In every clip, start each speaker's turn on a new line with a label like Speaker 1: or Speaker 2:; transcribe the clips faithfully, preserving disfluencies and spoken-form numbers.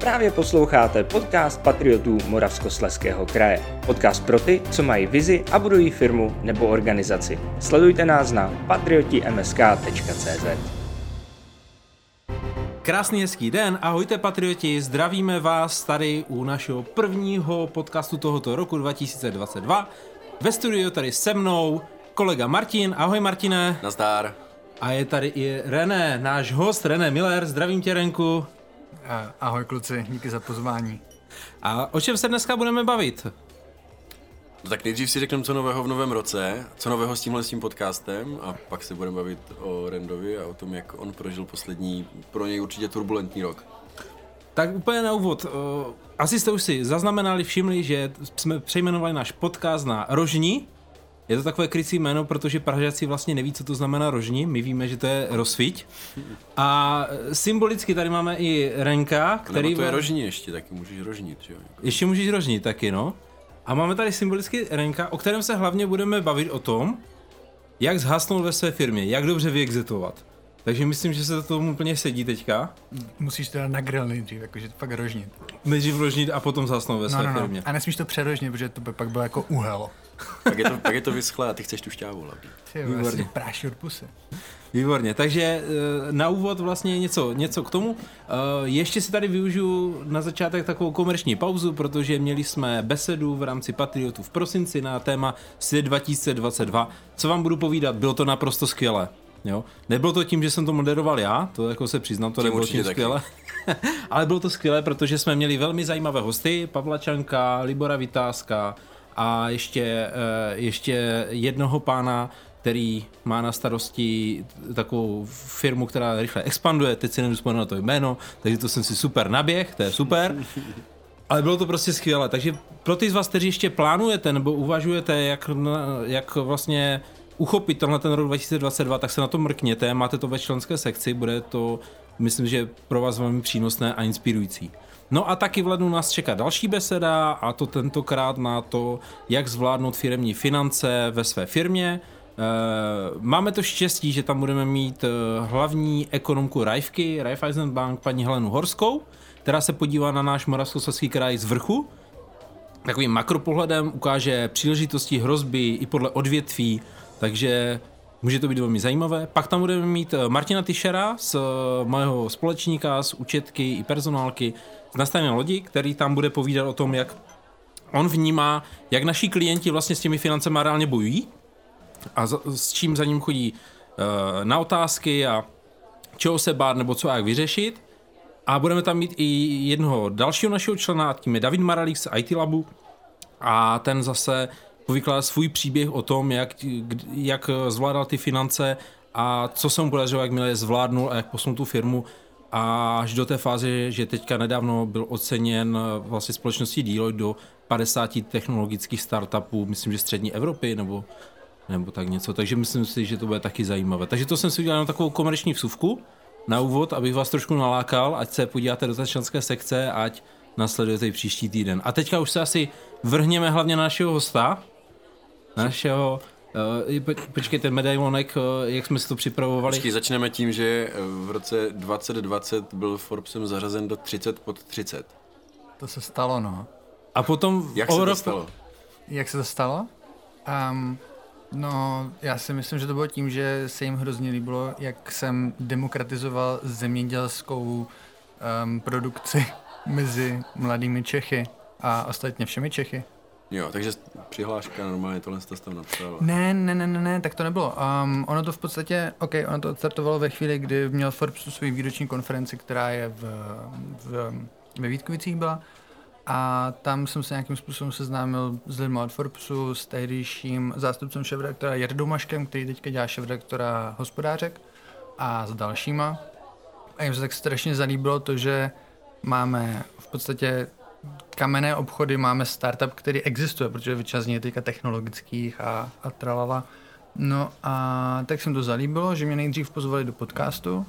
Speaker 1: Právě posloucháte podcast patriotů Moravskoslezského kraje. Podcast pro ty, co mají vizi a budují firmu nebo organizaci. Sledujte nás na patrioti m s k tečka c z.
Speaker 2: Krásný hezký den, ahojte patrioti, zdravíme vás tady u našeho prvního podcastu tohoto roku dva tisíce dvacet dva. Ve studiu tady se mnou kolega Martin, ahoj Martine.
Speaker 3: Nazdar.
Speaker 2: A je tady i René, náš host, René Miller, zdravím tě Renku.
Speaker 4: Ahoj kluci, díky za pozvání.
Speaker 2: A o čem se dneska budeme bavit?
Speaker 3: No tak nejdřív si řekneme, co nového v novém roce, co nového s tímhle s tím podcastem a pak se budeme bavit o Randovi a o tom, jak on prožil poslední, pro něj určitě turbulentní rok.
Speaker 2: Tak úplně na úvod, asi jste už si zaznamenali, všimli, že jsme přejmenovali náš podcast na Rožní. Je to takové krycí jméno, protože Pražáci vlastně neví, co to znamená Rožní, my víme, že to je rozsviť. A symbolicky tady máme i Renka, který...
Speaker 3: Nebo to je Rožní ještě, taky můžeš rožnit, jo?
Speaker 2: Ještě můžeš rožnit taky, no. A máme tady symbolicky Renka, o kterém se hlavně budeme bavit o tom, jak zhasnout ve své firmě, jak dobře vyexitovat. Takže myslím, že se to tomu úplně sedí teďka.
Speaker 4: Musíš teda na grill nejdřív, jakože fakt rožnit.
Speaker 2: Nejdřív rožnit a potom zhasnout ve své
Speaker 4: no, no,
Speaker 2: firmě.
Speaker 4: A nesmíš to přerožnit, protože to by pak bylo jako uhel.
Speaker 3: Tak je to, tak je to vyschlé a ty chceš tu šťávu hlavně.
Speaker 4: Výborně. Práší od pusy.
Speaker 2: Výborně, takže na úvod vlastně něco, něco k tomu. Ještě si tady využiju na začátek takovou komerční pauzu, protože měli jsme besedu v rámci Patriotů v prosinci na téma Svět dva tisíce dvacet dva. Co vám budu povídat, bylo to naprosto skvělé. Jo? Nebylo to tím, že jsem to moderoval já, to jako se přiznám, to nebylo tím skvělé. Ale bylo to skvělé, protože jsme měli velmi zajímavé hosty, Pavla Čanka, Libora Vytázka a ještě, ještě jednoho pána, který má na starosti takovou firmu, která rychle expanduje, teď si nemůžu vzpomenout na to jméno, takže to jsem si super naběh, to je super. Ale bylo to prostě skvělé, takže pro ty z vás, kteří ještě plánujete nebo uvažujete, jak, jak vlastně uchopit tenhle ten rok dva tisíce dvacet dva, tak se na to mrkněte, máte to ve členské sekci, bude to, myslím, že pro vás velmi přínosné a inspirující. No a taky v lednu nás čeká další beseda, a to tentokrát na to, jak zvládnout firemní finance ve své firmě. Máme to štěstí, že tam budeme mít hlavní ekonomku Raiffky, Raiffeisen Bank, paní Helenu Horskou, která se podívá na náš Moravskoslezský kraj z vrchu. Takovým makropohledem ukáže příležitosti, hrozby i podle odvětví, takže může to být velmi zajímavé. Pak tam budeme mít Martina Tischera, z mého společníka, z účetky i personálky, z Nastavené lodi, který tam bude povídat o tom, jak on vnímá, jak naši klienti vlastně s těmi financemi reálně bojují a s čím za ním chodí na otázky a čeho se bát nebo co a jak vyřešit. A budeme tam mít i jednoho dalšího našeho člena, tím je David Maralík z í té Labu a ten zase povykládá svůj příběh o tom, jak, jak zvládal ty finance a co se mu podařilo, jak milé zvládnul a jak posunul tu firmu až do té fáze, že teďka nedávno byl oceněn vlastně společností Deloitte do padesáti technologických startupů, myslím, že střední Evropy nebo, nebo tak něco, takže myslím si, že to bude taky zajímavé. Takže to jsem si udělal takovou komerční vsuvku na úvod, abych vás trošku nalákal, ať se podíváte do té členské sekce, ať nasledujete i příští týden. A teďka už se asi vrhněme hlavně na našeho hosta, našeho, uh, počkej, ten medailonek, uh, jak jsme si to připravovali.
Speaker 3: Počkej, začneme tím, že v roce dvacet dvacet byl Forbesem zařazen do třicet pod třicet.
Speaker 4: To se stalo, no.
Speaker 2: A potom...
Speaker 3: Jak se to stalo?
Speaker 4: Jak se to stalo? Um, no, já si myslím, že to bylo tím, že se jim hrozně líbilo, jak jsem demokratizoval zemědělskou um, produkci mezi mladými Čechy a ostatně všemi Čechy.
Speaker 3: Jo, takže přihláška normálně tohle jste tam napsal.
Speaker 4: Ne, ne, ne, ne, ne, tak to nebylo. Um, ono to v podstatě, ok, ono to startovalo ve chvíli, kdy měl Forbes tu svou výroční konferenci, která je v, v, ve Vítkovicích byla. A tam jsem se nějakým způsobem seznámil s lidmi od Forbesu, s tehdejším zástupcem šéfredaktora Jardou Maškem, který teďka dělá šéfredaktora Hospodářek, a s dalšíma. A jim se tak strašně zalíbilo to, že máme v podstatě kamenné obchody, máme startup, který existuje, protože většina z nich je teďka technologických a, a tralala. No a tak se mi to zalíbilo, že mě nejdřív pozvali do podcastu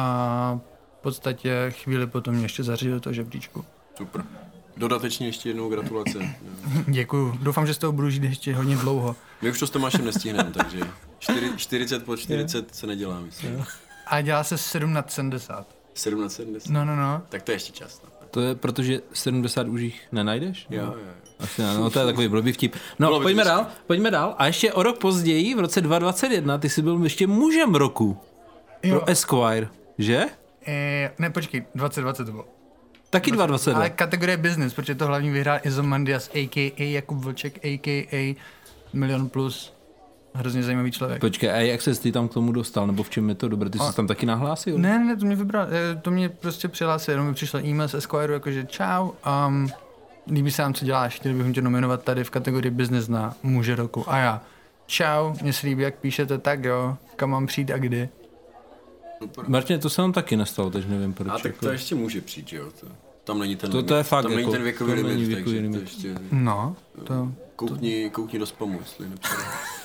Speaker 4: a v podstatě chvíli potom mě ještě zařadili do toho žebříčku.
Speaker 3: Super. Dodatečně ještě jednou gratulace.
Speaker 4: Děkuju. Doufám, že z toho budu žít ještě hodně dlouho.
Speaker 3: My už to s Tomášem nestihneme, takže čtyřicet po čtyřicet se nedělá, myslím.
Speaker 4: A dělá se sedm nad sedmdesát.
Speaker 3: sedm nad sedmdesát?
Speaker 4: No, no, no.
Speaker 3: Tak to je ještě čas. No.
Speaker 2: To je protože sedmdesát už jich nenajdeš?
Speaker 3: Jo, jo.
Speaker 2: Asi ne, no to je takový blbý vtip. No, pojďme dál, pojďme dál. A ještě o rok později, v roce dva tisíce dvacet jedna, ty jsi byl ještě mužem roku. Jo. Pro Esquire, že?
Speaker 4: E, ne, počkej, dvacet dvacet to bylo.
Speaker 2: Taky dva tisíce dvacet dva.
Speaker 4: Ale kategorie business, protože to hlavní vyhrál Izomandias, a k a. Jakub Vlček, a k a. Milion plus. Hrozně zajímavý člověk.
Speaker 2: Počkej, a jak ses ty tam k tomu dostal, nebo v čem je to dobré? Ty jsi a... tam taky nahlásil?
Speaker 4: Ne, ne, to mě vybral, to mě prostě přihlásil, jenom mi přišel e-mail z Esquire, jakože čau, um, líbí se nám, co děláš, chtěl bych tě nominovat tady v kategorii business na muže roku. A já, čau, mně se líbí, jak píšete, tak jo, kam mám přijít a kdy.
Speaker 2: Martin, to se nám taky nestalo, takže nevím proč.
Speaker 3: A tak
Speaker 2: jako...
Speaker 3: to ještě může přijít, jo. To, tam není ten
Speaker 2: to,
Speaker 3: limit.
Speaker 2: To je fakt,
Speaker 3: tam
Speaker 2: jako,
Speaker 3: není ten věkový limit,
Speaker 2: věkový
Speaker 3: takže
Speaker 2: limit.
Speaker 3: to ještě...
Speaker 4: No, to...
Speaker 3: Koukni, koukni do spamu, jestli nepřijde.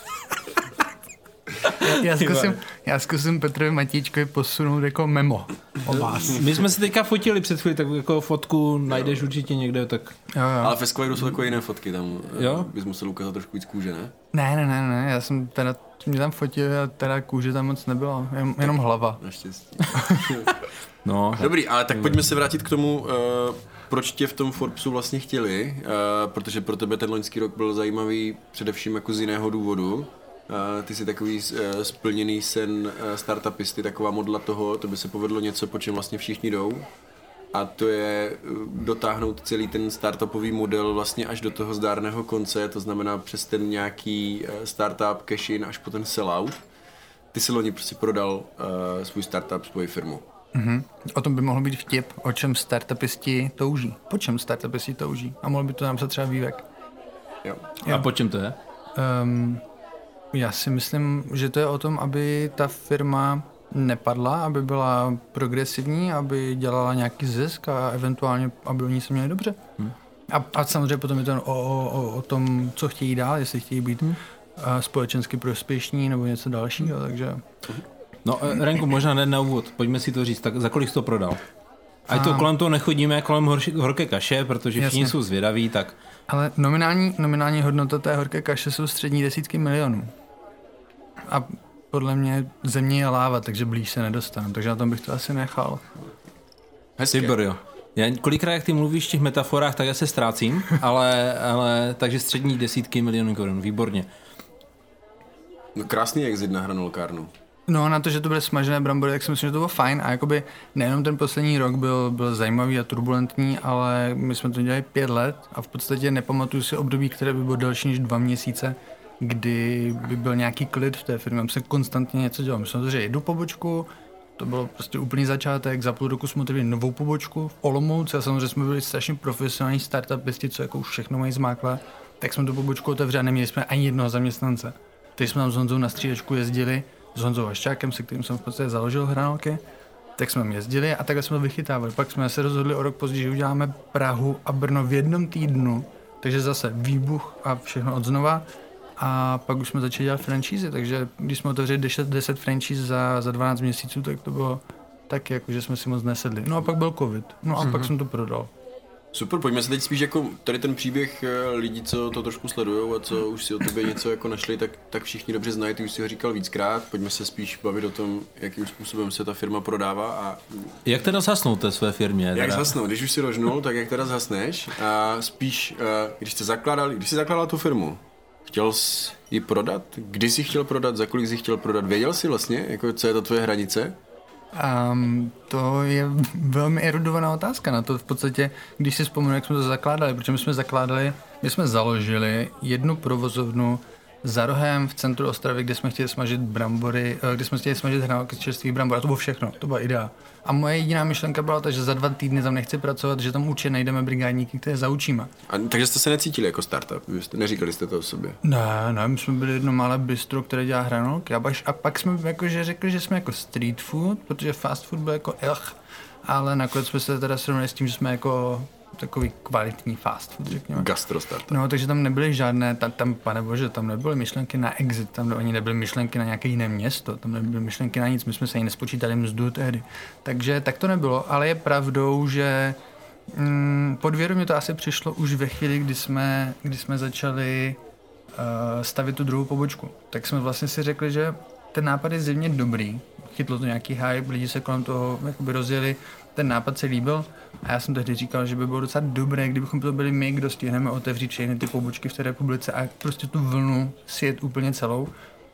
Speaker 4: Já, já, zkusím, já zkusím Petrovi Matíčkovi posunout jako memo o vás.
Speaker 2: My jsme si teďka fotili před chvíli, tak jako fotku najdeš jo. určitě někde, tak...
Speaker 4: Jo, jo.
Speaker 3: Ale v Esquire jsou takové jiné fotky, tam
Speaker 2: jo?
Speaker 3: bys musel ukázat trošku víc kůže, ne?
Speaker 4: Ne, ne, ne, ne, já jsem teda, mě tam fotil a teda kůže tam moc nebylo, jen, jenom hlava.
Speaker 3: Naštěstí.
Speaker 2: No.
Speaker 3: Dobrý, ale tak pojďme se vrátit k tomu, uh, proč tě v tom Forbesu vlastně chtěli, uh, protože pro tebe ten loňský rok byl zajímavý především jako z jiného důvodu. Uh, ty jsi takový uh, splněný sen uh, startupisty, taková modla toho, to by se povedlo něco, po čem vlastně všichni jdou. A to je uh, dotáhnout celý ten startupový model vlastně až do toho zdárného konce, to znamená přes ten nějaký uh, startup, cash-in až po ten sellout. Ty si loni prostě prodal uh, svůj startup, svoji firmu.
Speaker 4: Mm-hmm. O tom by mohl být vtip, o čem startupisti touží. Po čem startupisti touží. A mohl by to napsat třeba Vývek.
Speaker 3: Jo.
Speaker 2: A po čem to je?
Speaker 4: Um, já si myslím, že to je o tom, aby ta firma nepadla, aby byla progresivní, aby dělala nějaký zisk a eventuálně, aby oni se měli dobře. Hmm. A, a samozřejmě potom je to o, o, o tom, co chtějí dál, jestli chtějí být hmm. společensky prospěšní nebo něco dalšího, takže...
Speaker 2: No, Renku, možná ne na úvod, pojďme si to říct, tak za kolik jsi to prodal? Ať to kolem toho nechodíme, kolem horší, horké kaše, protože všichni Jasně. jsou zvědaví, tak...
Speaker 4: Ale nominální, nominální hodnota té horké kaše jsou střední desítky milionů. A podle mě země je láva, takže blíž se nedostanu, takže na tom bych to asi nechal.
Speaker 2: Hezky. Tybor, jo. Já kolikrát, jak ty mluvíš v těch metaforách, tak já se ztrácím, ale, ale takže střední desítky milionů korun, výborně.
Speaker 3: No krásný exit na hranolkárnu.
Speaker 4: No na to, že to byly smažené brambory, tak si myslím, že to bylo fajn a jakoby nejenom ten poslední rok byl, byl zajímavý a turbulentní, ale my jsme to dělali pět let a v podstatě nepamatuju si období, které by bylo delší než dva měsíce, kdy by byl nějaký klid v té firmě, tam se konstantně něco dělalo. My jsme otevřeli jednu pobočku, to bylo prostě úplný začátek, za půl roku jsme otevřeli novou pobočku v Olomouci a samozřejmě jsme byli strašně profesionální startupisti, co jako už všechno mají zmákle, tak jsme tu pobočku otevřeli a neměli jsme ani jednoho zaměstnance. Teď jsme tam s Honzou na střídečku jezdili, s Honzou Vaščákem, se kterým jsem v podstatě založil hranolky, tak jsme tam jezdili a takhle jsme to vychytávali. Pak jsme se rozhodli o rok později, že uděláme Prahu a Brno v jednom týdnu, takže zase výbuch a všechno od znova. A pak už jsme začali dělat franšízy, takže když jsme otevřeli deset, deset franšíz za, za dvanáct měsíců, tak to bylo taky, jako, že jsme si moc nesedli. No a pak byl covid, no a mm-hmm. pak jsem to prodal.
Speaker 3: Super, pojďme se teď spíš jako tady ten příběh lidí, co to trošku sledujou a co už si o tobě něco jako našli, tak, tak všichni dobře znají, ty už si ho říkal víckrát. Pojďme se spíš bavit o tom, jakým způsobem se ta firma prodává a...
Speaker 2: Jak teda zhasnout té své firmě?
Speaker 3: Jak
Speaker 2: teda?
Speaker 3: zhasnout, když už si rožnul, tak jak teda zhasneš a spíš, když jsi zakládal, když jsi zakládal tu firmu, chtěl jsi ji prodat? Kdy jsi chtěl prodat, za kolik jsi chtěl prodat? Věděl jsi vlastně, jako, co je to tvoje hranice?
Speaker 4: Um, to je velmi erudovaná otázka na to v podstatě, když si vzpomenu, jak jsme to zakládali, protože my jsme zakládali, my jsme založili jednu provozovnu za rohem v centru Ostravy, kde jsme chtěli smažit brambory, kde jsme chtěli smažit hranolky z čerstvých brambor a to bylo všechno, to byla idea. A moje jediná myšlenka byla ta, že za dva týdny tam nechci pracovat, že tam určitě najdeme brigádníky, které zaučíme.
Speaker 3: A, takže jste se necítili jako startup, jste, neříkali jste to o sobě?
Speaker 4: Ne, ne, my jsme byli jedno malé bistro, které dělá hranolky a, a pak jsme jakože řekli, že jsme jako street food, protože fast food byl jako elch, ale nakonec jsme se teda srovnali s tím, že jsme jako takový kvalitní fast food, řekněme.
Speaker 3: Gastro startup.
Speaker 4: No, takže tam nebyly žádné, tam, tam pane bože, tam nebyly myšlenky na exit, tam ani nebyly myšlenky na nějaké jiné město, tam nebyly myšlenky na nic, my jsme se ani nespočítali mzdu tehdy. Takže tak to nebylo, ale je pravdou, že mm, podvědomě to asi přišlo už ve chvíli, kdy jsme, kdy jsme začali uh, stavit tu druhou pobočku. Tak jsme vlastně si řekli, že ten nápad je zjevně dobrý, chytlo to nějaký hype, lidi se kolem toho jakoby rozjeli, ten nápad se líbil a já jsem tehdy říkal, že by bylo docela dobré, kdybychom to byli my, kdo stihneme otevřít všechny ty pobočky v té republice a prostě tu vlnu sjet úplně celou.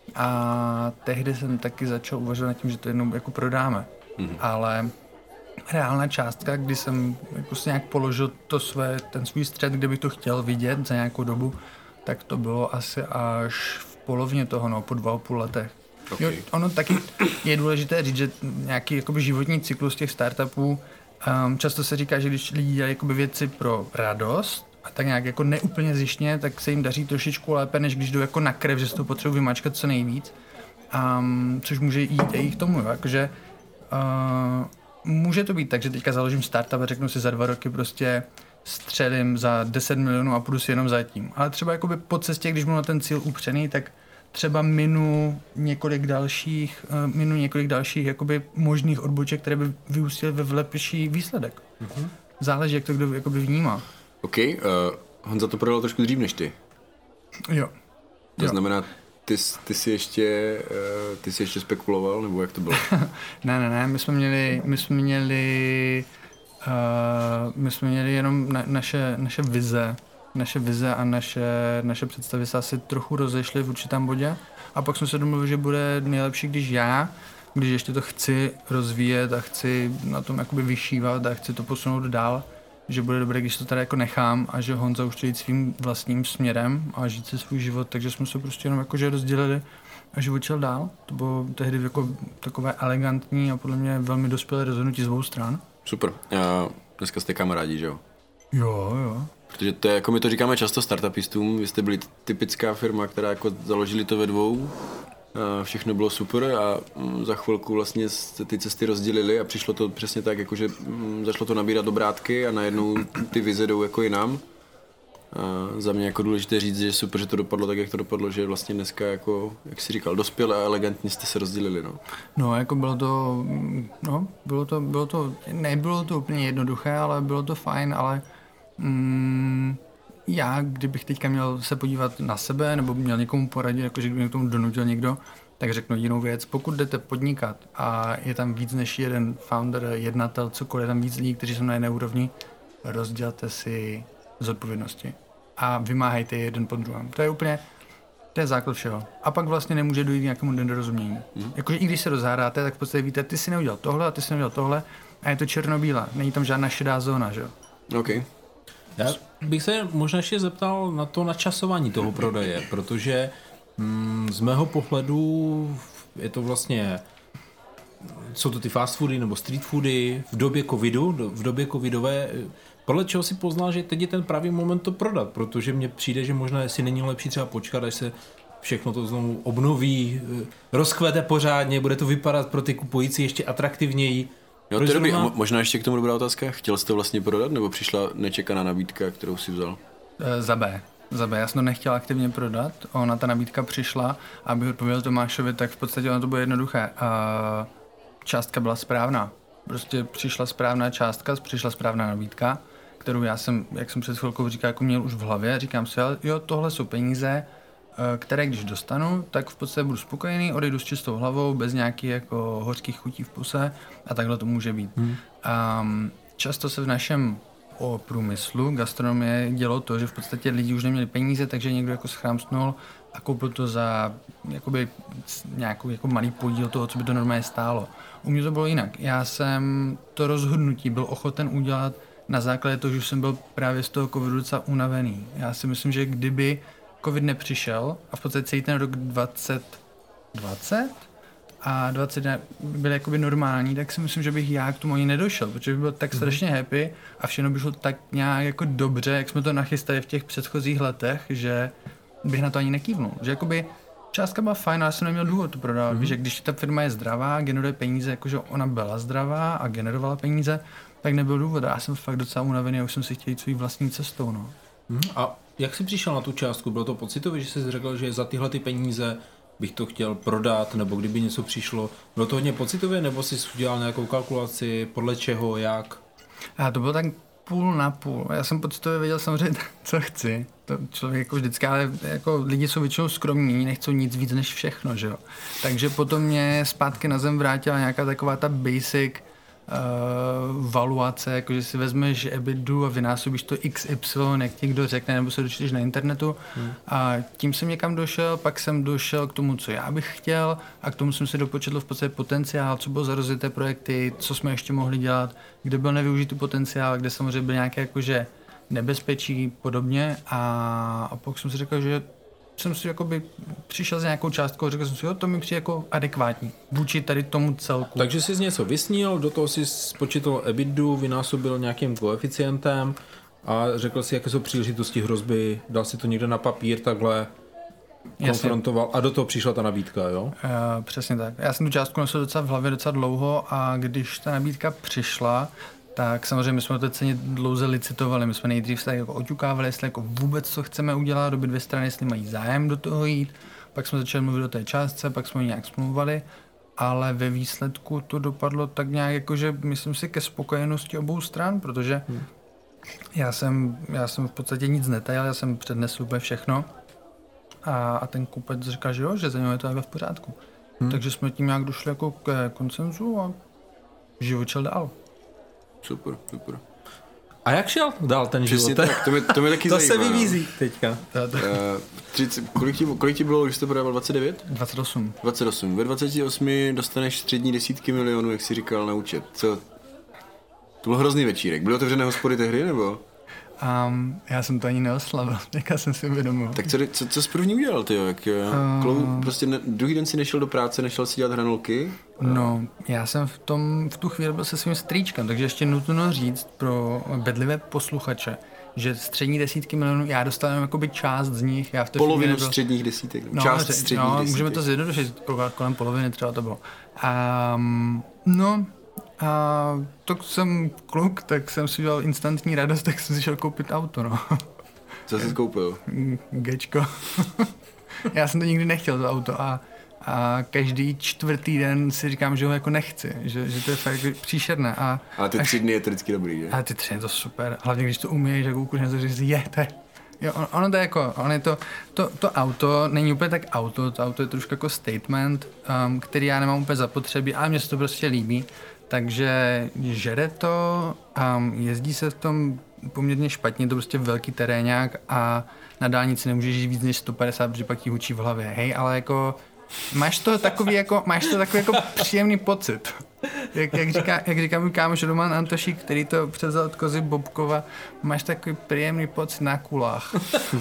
Speaker 4: A tehdy jsem taky začal uvažovat nad tím, že to jednou jako prodáme. Mm-hmm. Ale reálná částka, kdy jsem jako si nějak položil to své, ten svůj střed, kde bych to chtěl vidět za nějakou dobu, tak to bylo asi až v polovině toho, no, po dva a půl letech. Okay. Jo, ono taky je důležité říct, že nějaký jakoby životní cyklus těch startupů, um, často se říká, že když lidi dělají jakoby věci pro radost a tak nějak jako neúplně zjištně, tak se jim daří trošičku lépe, než když jdou jako na krev, že se to potřebují vymačkat co nejvíc, um, což může jít i k tomu, jo, jakože uh, může to být tak, že teďka založím startup a řeknu si za dva roky prostě střelím za deset milionů a půjdu si jenom za tím. Ale třeba jakoby po cestě, když budu na ten cíl upřený, tak třeba minu několik dalších, uh, minu několik dalších jakoby možných odboček, které by vyústily ve lepší výsledek. Mm-hmm. Záleží, jak to kdo jakoby vnímá.
Speaker 3: OK, uh, Honza to prodal trošku dřív než ty.
Speaker 4: Jo.
Speaker 3: To
Speaker 4: jo.
Speaker 3: znamená, ty, ty jsi ještě, uh, ty jsi ještě spekuloval, nebo jak to bylo?
Speaker 4: ne, ne, ne, my jsme měli, my jsme měli, uh, my jsme měli jenom na, naše, naše vize, naše vize a naše, naše představy se asi trochu rozešly v určitém bodě a pak jsme se domluvili, že bude nejlepší, když já, když ještě to chci rozvíjet a chci na tom jakoby vyšívat a chci to posunout dál, že bude dobré, když to tady jako nechám a že Honza už chce jít svým vlastním směrem a žít si svůj život, takže jsme se prostě jenom jakože rozdělili a život šel dál. To bylo tehdy jako takové elegantní a podle mě velmi dospělé rozhodnutí z obou stran.
Speaker 3: Super. A dneska jste kamarádi, že jo?
Speaker 4: Jo, jo.
Speaker 3: Protože to je, jako my to říkáme často startupistům, vy jste byli typická firma, která jako založili to ve dvou, a všechno bylo super a za chvilku vlastně ty cesty rozdělili a přišlo to přesně tak, jakože začalo to nabírat obrátky a najednou ty vize jdou jako jinam. A za mě jako důležité říct, že je super, že to dopadlo tak, jak to dopadlo, že vlastně dneska jako, jak jsi říkal, dospěle a elegantně jste se rozdělili, no.
Speaker 4: No, jako bylo to, no, bylo to, bylo to, nebylo to úplně jednoduché, ale bylo to fajn, ale mm, já, kdybych teďka měl se podívat na sebe, nebo měl někomu poradit, jakože kdyby mě k tomu donutil někdo, tak řeknu jinou věc. Pokud jdete podnikat a je tam víc než jeden founder, jednatel, cokoliv, je tam víc lidí, kteří jsou na jedné úrovni, rozdělte si zodpovědnosti a vymáhejte je jeden po druhém. To je úplně, to je základ všeho. A pak vlastně nemůže dojít k nějakému nedorozumění. Mm. Jakože i když se rozhádáte, tak v podstatě víte, ty si neudělal tohle a ty si neudělal tohle a je to černobílá. Není tam žádná šedá zóna, že jo?
Speaker 3: Okay.
Speaker 2: Já bych se možná ještě zeptal na to načasování toho prodeje, protože mm, z mého pohledu je to vlastně, jsou to ty fast foody nebo street foody v době covidu, v době covidové, podle čeho si poznal, že teď je ten pravý moment to prodat, protože mně přijde, že možná si není lepší třeba počkat, až se všechno to znovu obnoví, rozkvete pořádně, bude to vypadat pro ty kupující ještě atraktivněji.
Speaker 3: Jo, to je zrovna... Možná ještě k tomu dobrá otázka. Chtěl jsi to vlastně prodat, nebo přišla nečekaná nabídka, kterou si vzal?
Speaker 4: E, za B. Za B. Já jsem to nechtěl aktivně prodat. Ona, ta nabídka přišla a abych odpověděl Tomášovi, tak v podstatě ono to bylo jednoduché. E, částka byla správná. Prostě přišla správná částka, přišla správná nabídka, kterou já jsem, jak jsem před chvilkou říkal, jako měl už v hlavě. Říkám si, jo, tohle jsou peníze, které když dostanu, tak v podstatě budu spokojený, odejdu s čistou hlavou, bez nějakých jako hořkých chutí v puse a takhle to může být. Hmm. Um, často se v našem o průmyslu gastronomie dělo to, že v podstatě lidi už neměli peníze, takže někdo jako schrámstnul a koupil to za jakoby nějakou jako malý podíl toho, co by to normálně stálo. U mě to bylo jinak. Já jsem to rozhodnutí byl ochoten udělat na základě toho, že jsem byl právě z toho covidu docela unavený. Já si myslím, že kdyby covid nepřišel a v podstatě celý ten rok dvacet dvacet a dvacet byl jakoby normální, tak si myslím, že bych já k tomu ani nedošel, protože bych byl tak strašně happy a všechno by šlo tak nějak jako dobře, jak jsme to nachystali v těch předchozích letech, že bych na to ani nekývnul. Že jakoby částka byla fajn, ale já jsem neměl důvod to prodávat. Mm-hmm. Víš, že když ta firma je zdravá, generuje peníze, jakože ona byla zdravá a generovala peníze, tak nebyl důvod. Já jsem fakt docela unavený a už jsem si chtěl jít svou vlastní cestou. No.
Speaker 2: Mm-hmm. A jak jsi přišel na tu částku? Bylo to pocitově, že jsi řekl, že za tyhle ty peníze bych to chtěl prodat, nebo kdyby něco přišlo? Bylo to hodně pocitově, nebo jsi udělal nějakou kalkulaci, podle čeho, jak?
Speaker 4: A to bylo tak půl na půl. Já jsem pocitově věděl samozřejmě, co chci. To člověk jako vždycky, ale jako lidi jsou většinou skromní, nechcou nic víc než všechno, že jo. Takže potom mě zpátky na zem vrátila nějaká taková ta basic uh, valuace, jakože si vezmeš EBITDA a vynásobíš to iks ypsilon, jak ti kdo řekne, nebo se dočteš na internetu. Hmm. A tím jsem někam došel, pak jsem došel k tomu, co já bych chtěl a k tomu jsem si dopočetl v podstatě potenciál, co bylo za rozjeté projekty, co jsme ještě mohli dělat, kde byl nevyužitý potenciál, kde samozřejmě byl nějaké jakože nebezpečí podobně a, a pak jsem si řekl, že jsem si jakoby přišel s nějakou částkou a řekl jsem si, jo, to mi přijde jako adekvátní vůči tady tomu celku.
Speaker 2: Takže jsi něco vysnil, do toho si spočítal EBITDA, vynásobil nějakým koeficientem a řekl si, jaké jsou příležitosti, hrozby, dal si to někde na papír, takhle konfrontoval. Jasně. A do toho přišla ta nabídka, jo?
Speaker 4: Uh, přesně tak. Já jsem tu částku nosil docela v hlavě docela dlouho a když ta nabídka přišla, tak samozřejmě my jsme o té ceně dlouze licitovali. My jsme nejdřív se jako oťukávali, jestli jako vůbec co chceme udělat, obě dvě strany, jestli mají zájem do toho jít. Pak jsme začali mluvit o té částce, pak jsme ji nějak smlouvali, ale ve výsledku to dopadlo tak nějak jako, že myslím si ke spokojenosti obou stran, protože hmm. já, jsem, já jsem v podstatě nic netajil, já jsem přednesl úplně všechno a, a ten kupec říkal, že jo, že za něj je to v pořádku. Hmm. Takže jsme tím nějak došli jako k konsenzu a živočil dál.
Speaker 3: Super, super.
Speaker 2: A jak šel dál ten
Speaker 3: Přesně
Speaker 2: život?
Speaker 3: Tak, to mě, to mě taky
Speaker 2: to
Speaker 3: zajímá.
Speaker 2: To se vyvízí teďka.
Speaker 3: Uh, třicet, kolik, ti, kolik ti bylo, když jste prodával dvacet devět?
Speaker 4: dvacet osm.
Speaker 3: dvacet osm. Ve dvacet osm dostaneš střední desítky milionů, jak jsi říkal, na účet. Co? To byl hrozný večírek. Byly otevřené hospody té hry, nebo?
Speaker 4: Um, já jsem to ani neoslavil, jaká jsem si uvědomil.
Speaker 3: Tak co, co, co jsi první udělal, tyjo? Jak, uh, klou, prostě ne, druhý den si nešel do práce, nešel si dělat hranolky?
Speaker 4: No, já jsem v, tom, v tu chvíli byl se svým strýčkem, takže ještě nutno říct pro bedlivé posluchače, že střední desítky milionů, já dostávám jakoby část z nich. Já v
Speaker 3: Polovinu nebyl... středních desítek,
Speaker 4: no,
Speaker 3: část
Speaker 4: ře,
Speaker 3: středních
Speaker 4: no,
Speaker 3: desítek.
Speaker 4: Můžeme to zjednodušit, kolem poloviny třeba to bylo. Um, no, a to jsem kluk, tak jsem si dělal instantní radost, tak jsem si šel koupit auto, no.
Speaker 3: Co jsi koupil?
Speaker 4: Gečko. Já jsem to nikdy nechtěl, to auto, a, a každý čtvrtý den si říkám, že ho jako nechci, že, že to je fakt jako příšerné. A,
Speaker 3: a ty tři dny je to vždycky dobrý, že?
Speaker 4: A ty tři je to super, hlavně když to umíš, jak ukůž něco, že si je, to je, jo, on, ono to je jako, ono je to, to, to auto není úplně tak auto, to auto je trošku jako statement, um, který já nemám úplně zapotřebí, ale mně se to prostě líbí. Takže žere to, um, jezdí se v tom poměrně špatně, to prostě velký teréňák a na dálnici nemůžeš jít víc než sto padesát, protože pak ti hučí v hlavě, hej, ale jako máš to takový jako, máš to takový jako příjemný pocit. Jak, jak, říká, jak říká můj kámoš Roman Antošík, který to převzal od Kozy Bobkova, máš takový příjemný pocit na kulách.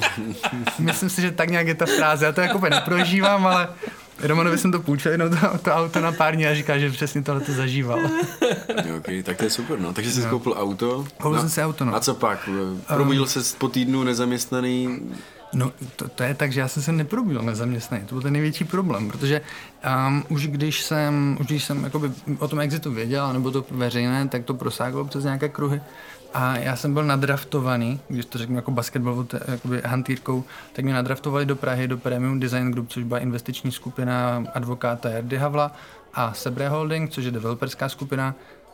Speaker 4: Myslím si, že tak nějak je ta fráze, já to jako neprožívám, ale Romanovi jsem to půjčil jenom to, to auto na pár dní a říká, že přesně tohle to zažíval.
Speaker 3: Ok, tak to je super, no. Takže jsi no. koupil auto.
Speaker 4: Koupil
Speaker 3: no.
Speaker 4: jsem si auto, no.
Speaker 3: A co pak? Probudil um, se po týdnu nezaměstnaný?
Speaker 4: No, to, to je tak, že já jsem se neprobudil nezaměstnaný. To byl ten největší problém, protože um, už když jsem, už když jsem jakoby o tom exitu věděl, nebo to veřejné, tak to prosáklo přes nějaké kruhy. A já jsem byl nadraftovaný, když to řeknu jako basketbalovou jakoby hantýrkou, tak mě nadraftovali do Prahy, do Premium Design Group, což byla investiční skupina advokáta Jardy Havla, a Sebre Holding, což je developerská skupina.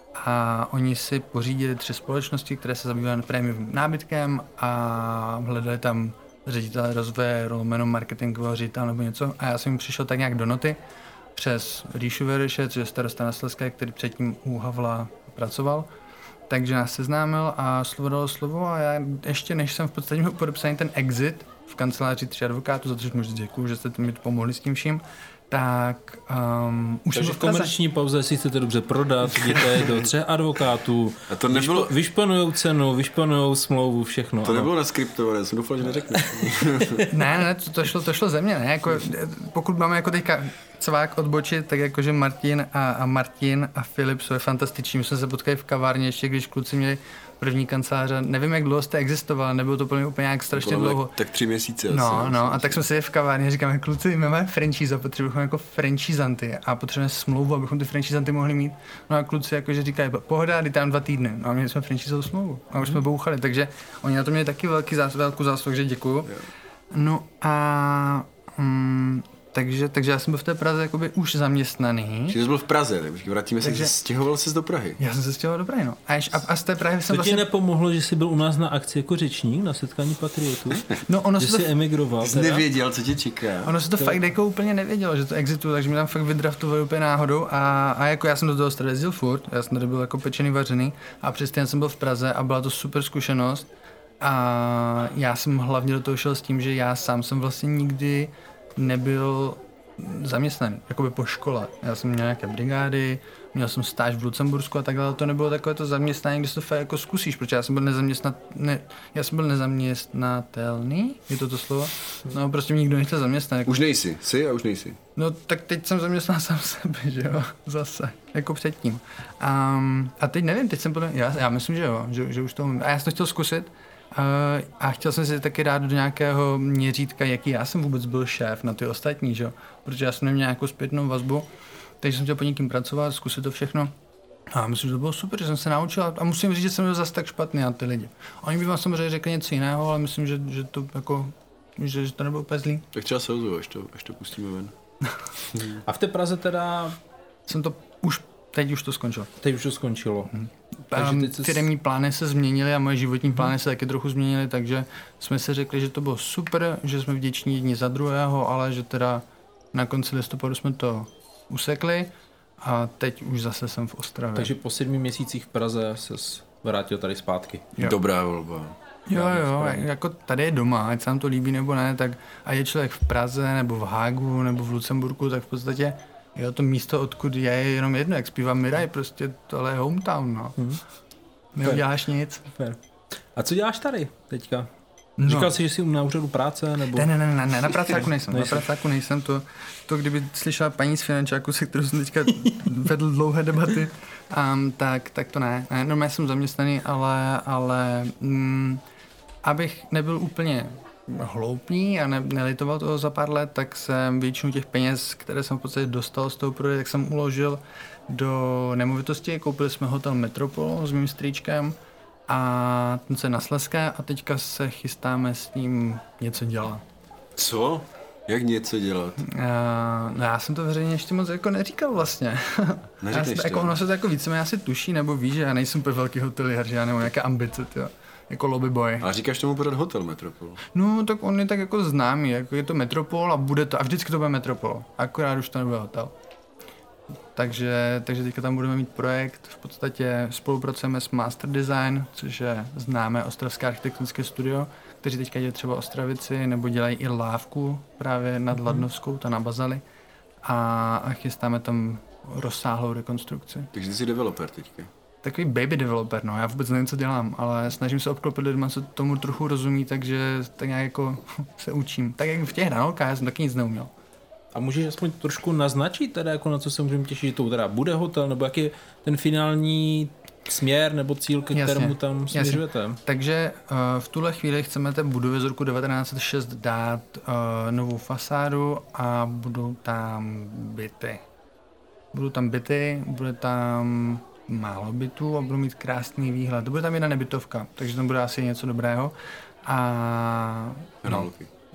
Speaker 4: A oni si pořídili tři společnosti, které se zabývaly prémiovým nábytkem a hledali tam ředitele rozvoje, rolomeno marketingového ředitele nebo něco. A já jsem jim přišel tak nějak do noty přes Ríšu Veryše, což je starosta na Slezské, který předtím u Havla pracoval. Takže nás seznámil a slovo dalo slovo a já ještě než jsem v podstatě měl podepsaný ten exit v kanceláři tři advokátů, za což moc děkuju, že jste mi pomohli s tím vším, tak um, už
Speaker 2: takže v komerční pauze si chcete dobře prodat, jděte do tři advokátů,
Speaker 3: a to nebylo...
Speaker 2: vyšpo, vyšpanujou cenu, vyšpanujou smlouvu, všechno.
Speaker 3: To nebylo naskriptované, jsem doufal, že neřekneš.
Speaker 4: ne, ne, to, to, šlo, to šlo ze mě, ne, jako, pokud máme jako teďka cvák odbočit, tak jakože Martin a, a Martin a Filip jsou fantastiční, my jsme se potkali v kavárně, ještě když kluci měli první kanceláře, nevím, jak dlouho jste existoval, nebylo to úplně úplně jak strašně dlouho.
Speaker 3: Tak, tak tři měsíce.
Speaker 4: No,
Speaker 3: asi,
Speaker 4: no,
Speaker 3: asi,
Speaker 4: a tak jsme si je v kavárně, říkáme, kluci, my máme franchise, potřebujeme jako franchisanty a potřebujeme smlouvu, abychom ty franchisanty mohli mít. No a kluci jakože říkají, pohoda, dej tam dva týdny. No a měli jsme franchisovou smlouvu a už jsme bouchali, takže oni na to měli taky velký zás, velkou zásluh, že děkuju. No a mm, takže, takže já jsem byl v té Praze jakoby už zaměstnaný.
Speaker 3: Čiže jsi byl v Praze, takže vrátíme se,
Speaker 4: Takže-
Speaker 3: že stěhoval ses do Prahy.
Speaker 4: Já jsem se stěhoval do Prahy, no. A, až, a, a z té Prahy jsem
Speaker 2: To ti
Speaker 4: vlastně...
Speaker 2: nepomohlo, že jsi byl u nás na akci jako řečník na setkání patriotů?
Speaker 4: No ono
Speaker 2: Že
Speaker 4: se to...
Speaker 2: jsi emigroval
Speaker 3: Jsi
Speaker 2: teda?
Speaker 3: nevěděl, co tě čeká.
Speaker 4: Ono se to fakt jako úplně nevědělo, že to existuje, takže mi tam fakt vydraftovali úplně náhodou a, a jako já jsem do toho strady jezdil furt, já jsem tady byl jako pečený, vařený a přesně jsem byl v Praze a byla to super zkušenost a já jsem hlavně do toho šel s tím, že já sám jsem vlastně nikdy nebyl zaměstnaný, jakoby po škole. Já jsem měl nějaké brigády, měl jsem stáž v Lucembursku a tak dále, to nebylo takové to zaměstnání, kde se to fakt jako zkusíš, protože já jsem byl nezaměstnat, ne, já jsem byl nezaměstnatelný, je to to slovo? No prostě mě nikdo nechtěl zaměstnat. Jako,
Speaker 3: Už nejsi, jsi a už nejsi.
Speaker 4: no tak teď jsem zaměstnal sám sebe, že jo, zase, jako předtím. Um, a teď nevím, teď jsem byl, já, já myslím, že jo, že, že už to umím. A já jsem to chtěl zkusit, Uh, a chtěl jsem si taky dát do nějakého měřítka, jaký já jsem vůbec byl šéf na ty ostatní, že? Protože já jsem neměl nějakou zpětnou vazbu, takže jsem chtěl po někým pracovat, zkusit to všechno. A myslím, že to bylo super, že jsem se naučil a musím říct, že jsem byl zase tak špatný na ty lidi. Oni by vám samozřejmě řekli něco jiného, ale myslím, že, že to jako, že, že to nebylo úplně zlý.
Speaker 3: Tak třeba se ozvu, až to, až to pustíme ven.
Speaker 2: A v té Praze teda,
Speaker 4: Jsem to už, teď už to skončilo.
Speaker 2: teď už to skončilo. Takže
Speaker 4: Um,
Speaker 2: teď se-
Speaker 4: firemní plány se změnily a moje životní plány se taky trochu změnily, takže jsme si řekli, že to bylo super, že jsme vděční jedni za druhého, ale že teda na konci listopadu jsme to usekli a teď už zase jsem v Ostravě.
Speaker 2: Takže po sedmi měsících v Praze ses vrátil tady zpátky.
Speaker 4: Jo.
Speaker 3: Dobrá volba.
Speaker 4: Jo, jo,
Speaker 2: správně.
Speaker 4: jako tady je doma, ať se nám to líbí nebo ne, tak a je člověk v Praze nebo v Hágu nebo v Lucemburku, tak v podstatě jo, to místo, odkud je, je jenom jedno, jak zpívá Miraj, prostě tohle je hometown, no.
Speaker 2: Mhm.
Speaker 4: Neuděláš nic.
Speaker 2: Super. A co děláš tady teďka?
Speaker 4: No.
Speaker 2: Říkal jsi, že jsi na úřadu práce, nebo...
Speaker 4: Ne, ne, ne, ne, ne, na pracáku nejsem, na
Speaker 2: Nejsem.
Speaker 4: pracáku nejsem, to, to kdyby slyšela paní z finančáku, se kterou jsem teďka vedl dlouhé debaty, um, tak, tak to ne, ne, normálně jsem zaměstnaný, ale, ale mm, abych nebyl úplně hloupý a ne, nelitoval toho za pár let, tak jsem většinu těch peněz, které jsem v podstatě dostal z toho prodeje, tak jsem uložil do nemovitosti, koupili jsme hotel Metropol s mým strýčkem, a ten se na Slezské a teďka se chystáme s ním něco dělat.
Speaker 3: Co? Jak něco dělat?
Speaker 4: Uh, no já jsem to veřejně ještě moc jako neříkal vlastně. Já
Speaker 3: Neřekneš
Speaker 4: jsem, jako,
Speaker 3: to.
Speaker 4: ono se to jako víceméně asi tuší nebo ví, že já nejsem úplně velký hotelier, že já nemám nějaké ambice, tyjo. Jako lobby boy.
Speaker 3: Ale říkáš tomu pořád hotel Metropol.
Speaker 4: No tak on je tak jako známý, jako je to Metropol a bude to, a vždycky to bude Metropol, akorát už to nebude hotel. Takže, takže teďka tam budeme mít projekt, v podstatě spolupracujeme s Master Design, což je známé ostravské architektonické studio, kteří teďka dělají třeba Ostravici, nebo dělají i Lávku právě nad Ladnovskou, ta na Bazali. A, a chystáme tam rozsáhlou rekonstrukci.
Speaker 3: Takže ty jsi developer teďka.
Speaker 4: Takový baby developer, no, já vůbec nevím, co dělám, ale snažím se obklopit lidma, co tomu trochu rozumí, takže tak nějak jako se učím. Tak jak v těch hranolkách, já jsem taky nic neuměl.
Speaker 2: A můžeš aspoň trošku naznačit teda, jako na co se můžeme těšit, že to teda bude hotel, nebo jaký je ten finální směr nebo cíl, ke
Speaker 4: Jasně,
Speaker 2: kterému tam směřujete?
Speaker 4: Takže uh, v tuhle chvíli chceme té budově z roku devatenáct set šest dát uh, novou fasádu a budou tam byty. Budou tam byty, bude tam málo bytů a budou mít krásný výhled. Bude tam jedna nebytovka, takže tam bude asi něco dobrého. A no,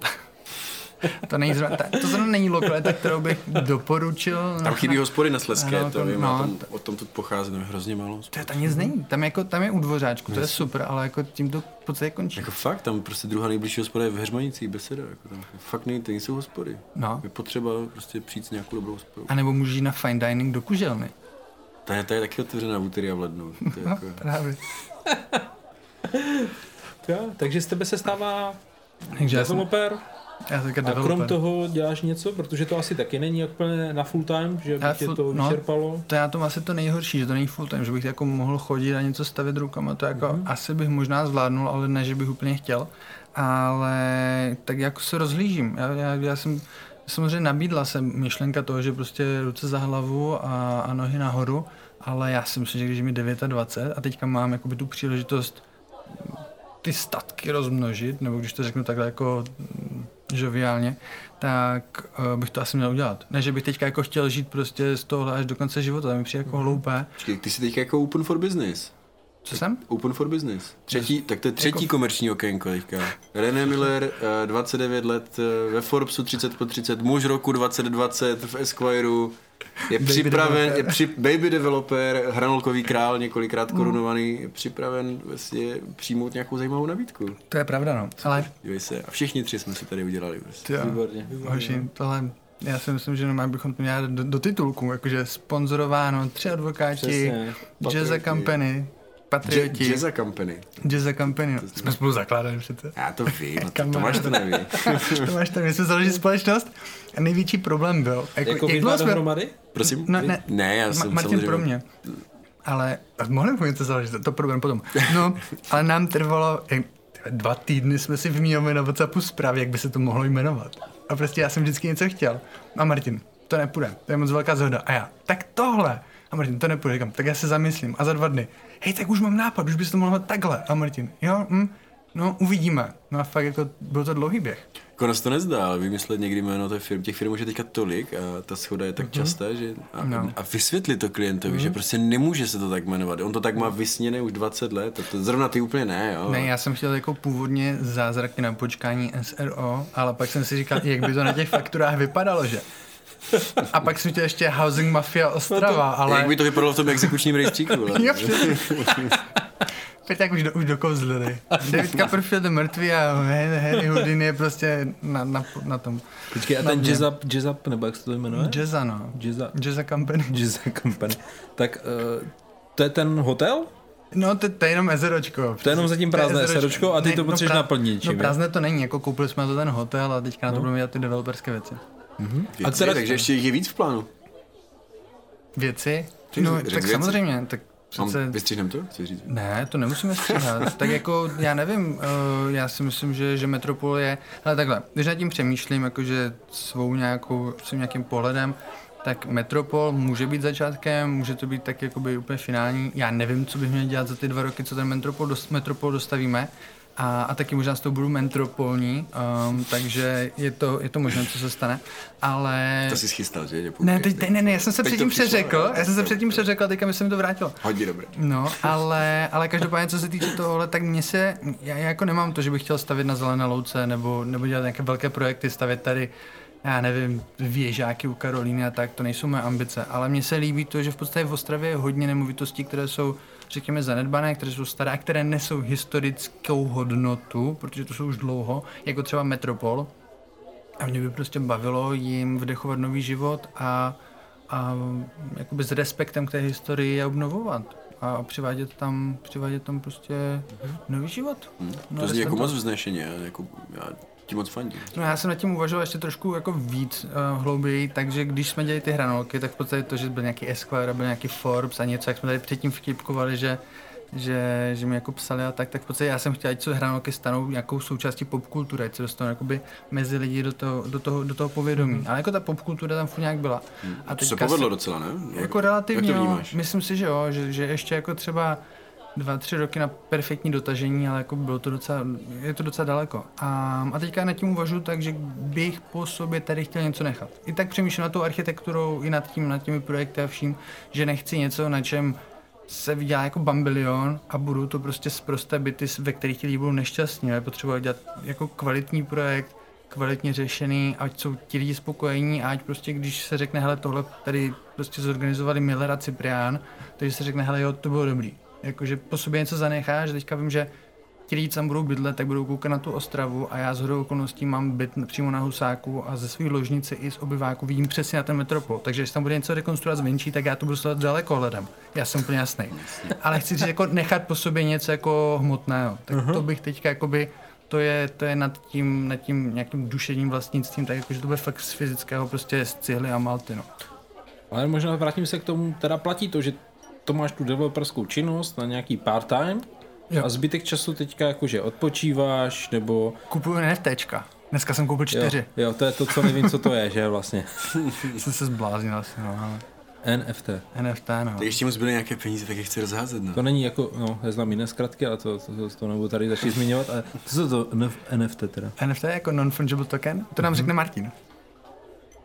Speaker 4: to, není zrovna, to zrovna není lokalita, kterou bych doporučil.
Speaker 3: Tam chybí hospody na Slezské,
Speaker 4: Ano,
Speaker 3: to
Speaker 4: to-
Speaker 3: vím,
Speaker 4: no,
Speaker 3: a tam,
Speaker 4: to-
Speaker 3: o tom tu pochází, tam je hrozně málo.
Speaker 4: To je, tam nic není. Tam, jako, tam je u Dvořáčku, to je super, ale jako tím to v podstatě končí.
Speaker 3: Jako fakt, tam prostě druhá nejbližší hospoda je v Heřmanicích, Beseda, jako tam fakt nej, to nejsou hospody.
Speaker 4: No.
Speaker 3: Je potřeba prostě přijít s nějakou dobrou hospodou.
Speaker 4: A nebo můžeš jít na fine dining do Kuželny.
Speaker 3: Ta je, ta je taky otevřená v úterý a v lednu. To je
Speaker 4: No,
Speaker 3: jako...
Speaker 4: právě.
Speaker 2: Ja, takže z tebe se stává
Speaker 4: Takže já jsem,
Speaker 2: developer
Speaker 4: já jsem
Speaker 2: a krom
Speaker 4: developer.
Speaker 2: toho děláš něco, protože to asi taky není úplně na full time, že by
Speaker 4: Já
Speaker 2: tě
Speaker 4: full-
Speaker 2: to
Speaker 4: no.
Speaker 2: vyčerpalo.
Speaker 4: To je na tom asi to nejhorší, že to není full time, že bych jako mohl chodit a něco stavět rukama, to jako mm-hmm. asi bych možná zvládnul, ale ne, že bych úplně chtěl. Ale tak jako se rozhlížím. Já, já, já jsem samozřejmě nabídla se myšlenka toho, že prostě ruce za hlavu a, a nohy nahoru, ale já si myslím, že když je mi dvacet devět a teďka mám jakoby tu příležitost ty statky rozmnožit, nebo když to řeknu takhle jako mm, žoviálně, tak uh, bych to asi měl udělat. Ne, že bych teďka jako chtěl žít prostě z tohohle až do konce života, to mi přijde jako hloupé.
Speaker 3: Počkej, ty jsi teďka jako open for business.
Speaker 4: Co jsem?
Speaker 3: Open for business. Třetí, tak to je třetí jako... komerční okénko teďka. René Miller, dvacet devět let, ve Forbesu třicet po třicet, muž roku dvacet dvacet v Esquireu, je baby připraven, developer. je při, baby developer, hranolkový král, několikrát korunovaný, je připraven vlastně přijmout nějakou zajímavou nabídku.
Speaker 4: To je pravda, no. Ale...
Speaker 3: Dívej se, a všichni tři jsme si tady udělali. Vlastně.
Speaker 2: Výborně.
Speaker 4: Hoši, tohle... Já si myslím, že normálně bychom to měli do, do titulku, jakože sponzorováno, tři advokáti, Jazza Company, Patrioti.
Speaker 3: Jazza Company.
Speaker 4: Jazza Company, no. Jsme spolu zakládali přece.
Speaker 3: Já to vím, to, Tomáš to neví.
Speaker 4: Tomáš to neví, my jsme založili společnost a největší problém byl.
Speaker 2: Jako, jako vy dva jsme... dohromady?
Speaker 3: Prosím?
Speaker 4: No, ne,
Speaker 3: ne, já jsem
Speaker 4: Ma- Martin
Speaker 3: samozřejmě...
Speaker 4: pro mě. Ale mohli bychom něco založit, to problém potom. No, ale nám trvalo, jak, dva týdny jsme si vyměnili na WhatsAppu zprávy, jak by se to mohlo jmenovat. A prostě já jsem vždycky něco chtěl. A Martin, to nepůjde, to je moc velká zhoda. A já, tak tohle. A Martin, to nepůjde, říkám, tak já se zamyslím. A za dva dny, hej, tak už mám nápad, už bys to mohlo takhle. A Martin, jo, hm, no uvidíme. No a fakt jako byl to dlouhý běh.
Speaker 3: Jako nás to nezdá, ale vymyslet někdy jméno té firmy. Těch firm už je teďka tolik a ta shoda je tak uh-huh. častá, že a, no. a vysvětlit to klientovi, uh-huh. že prostě nemůže se to tak jmenovat. On to tak má vysněné už dvacet let, a to zrovna ty úplně ne, jo.
Speaker 4: Ne, já jsem chtěl jako původně zázraky na počkání S R O, ale pak jsem si říkal, jak by to na těch fakturách vypadalo, že? A pak jsem chtěl ještě Housing Mafia Ostrava, ale...
Speaker 3: Jak by to vypadalo v tom exekučním rejstříku, ale...
Speaker 4: Jo, přesně. Tak už, do, už dokouzlili. David Copperfield je mrtvý a Harry Houdini je prostě na, na, na tom.
Speaker 2: Počkej, a ten Jazz Up, Jazz Up, nebo jak se to jmenuje?
Speaker 4: Jazza, no.
Speaker 2: Jazza.
Speaker 4: Jazza Company.
Speaker 2: Jazza Company. Tak uh, to je ten hotel?
Speaker 4: No, to, to je jenom ezeročko.
Speaker 2: To je jenom zatím prázdné ezeročko a ty ne, to potřebuješ no, naplnit.
Speaker 4: No prázdné to není, jako koupili jsme to ten hotel a teďka na to no. budeme dělat ty developerské věci.
Speaker 3: Mm-hmm. A teda, takže ještě je víc v plánu.
Speaker 4: Věci? No, tak věci. Samozřejmě, tak
Speaker 3: přece... Vystřihnem to? Chceš říct?
Speaker 4: Ne, to nemusíme stříhat. Tak jako, já nevím, uh, já si myslím, že, že Metropol je... Ale takhle, když nad tím přemýšlím, jakože svou nějakou, svým nějakým pohledem, tak Metropol může být začátkem, může to být tak jakoby úplně finální. Já nevím, co bych měl dělat za ty dva roky, co ten Metropol, dost, Metropol dostavíme. A, a taky možná s tou budu metropolní, um, takže je to, je to možné, co se stane, ale...
Speaker 3: To jsi schystal, že?
Speaker 4: Ne, teď, teď, ne, ne, já jsem se předtím přeřekl, já jsem se předtím přeřekl a teďka mi se mi to vrátilo.
Speaker 3: Hodně dobré.
Speaker 4: No, ale, ale každopádně, co se týče tohohle, tak mně se, já, já jako nemám to, že bych chtěl stavět na Zelené louce, nebo, nebo dělat nějaké velké projekty, stavět tady, já nevím, věžáky u Karolíny a tak, to nejsou moje ambice, ale mně se líbí to, že v podstatě v Ostravě je hodně nemovitostí, které jsou, řekněme, zanedbané, které jsou staré, které nesou historickou hodnotu, protože to jsou už dlouho, jako třeba Metropol. A mě by prostě bavilo jim vdechovat nový život a, a jakoby s respektem k té historii je obnovovat. A přivádět tam, přivádět tam prostě nový život.
Speaker 3: Hmm. To zní jako moc vznešeně, jako já ti moc fandím.
Speaker 4: No já jsem nad tím uvažoval ještě trošku jako víc uh, hlouběji, takže když jsme dělali ty hranolky, tak v podstatě to, že byl nějaký Esquire, byl nějaký Forbes a něco, jak jsme tady předtím vtipkovali, že že, že mi jako psali a tak, tak v podstatě já jsem chtěl, ať se hranolky stanou nějakou součástí popkultury, ať se dostanou jakoby mezi lidi do toho, do toho, do toho povědomí. Mm. Ale jako ta popkultura tam furt nějak byla.
Speaker 3: Mm. A to se povedlo si, docela, ne?
Speaker 4: Jako relativně, jo, myslím si, že jo, že, že ještě jako třeba dva, tři roky na perfektní dotažení, ale jako bylo to docela, je to docela daleko. A, a teďka nad tím uvažuji tak, že bych po sobě tady chtěl něco nechat. I tak přemýšlím nad tou architekturou, i nad tím, nad těmi projekty a vším, že nechci něco, na čem se vydělá jako bambilion a budou to prostě sprosté byty, ve kterých ti lidi budou nešťastní, ale potřebuji dělat jako kvalitní projekt, kvalitně řešený, ať jsou ti lidi spokojení a ať prostě, když se řekne, hele, tohle tady prostě zorganizovali Miller a Ciprián, takže se řekne, hele, jo, to bylo dobrý. Jakože po sobě něco zanecháš, teďka vím, že ti lidi tam budou bydlet, tak budou koukat na tu Ostravu a já shodou okolností mám byt přímo na Husáku a ze své ložnice i z obyváku vidím přesně na ten Metropol. Takže když tam bude něco rekonstruovat zvenčí, tak já to budu sledovat dalekohledem. Já jsem úplně jasný. Ale chci říct, jako nechat po sobě něco jako hmotného. Tak uh-huh. to bych teďka jakoby, to je, to je nad tím, nad tím nějakým duševním vlastnictvím, tak jakože to bude fakt z fyzického prostě z cihly a malty, no.
Speaker 2: Ale možná vrátím se k tomu, teda platí to, že to máš tu developerskou činnost na nějaký part-time, jo. A zbytek času teďka jakože odpočíváš, nebo...
Speaker 4: Kupuju NFTčka. Dneska jsem koupil čtyři.
Speaker 2: Jo, jo, to je to, co nevím, co to je, že vlastně.
Speaker 4: Jsem se zbláznil asi, no, ale...
Speaker 2: N F T.
Speaker 4: N F T, no.
Speaker 3: Tak ještě mu zbyly nějaké peníze, tak je chci rozházet, no.
Speaker 2: To není jako, no, já znám jiné zkratky, ale to, to, to, to nebudu tady začít zmiňovat, ale co jsou to N F T teda?
Speaker 4: N F T je jako non-fungible token? To nám mm-hmm. řekne Martin.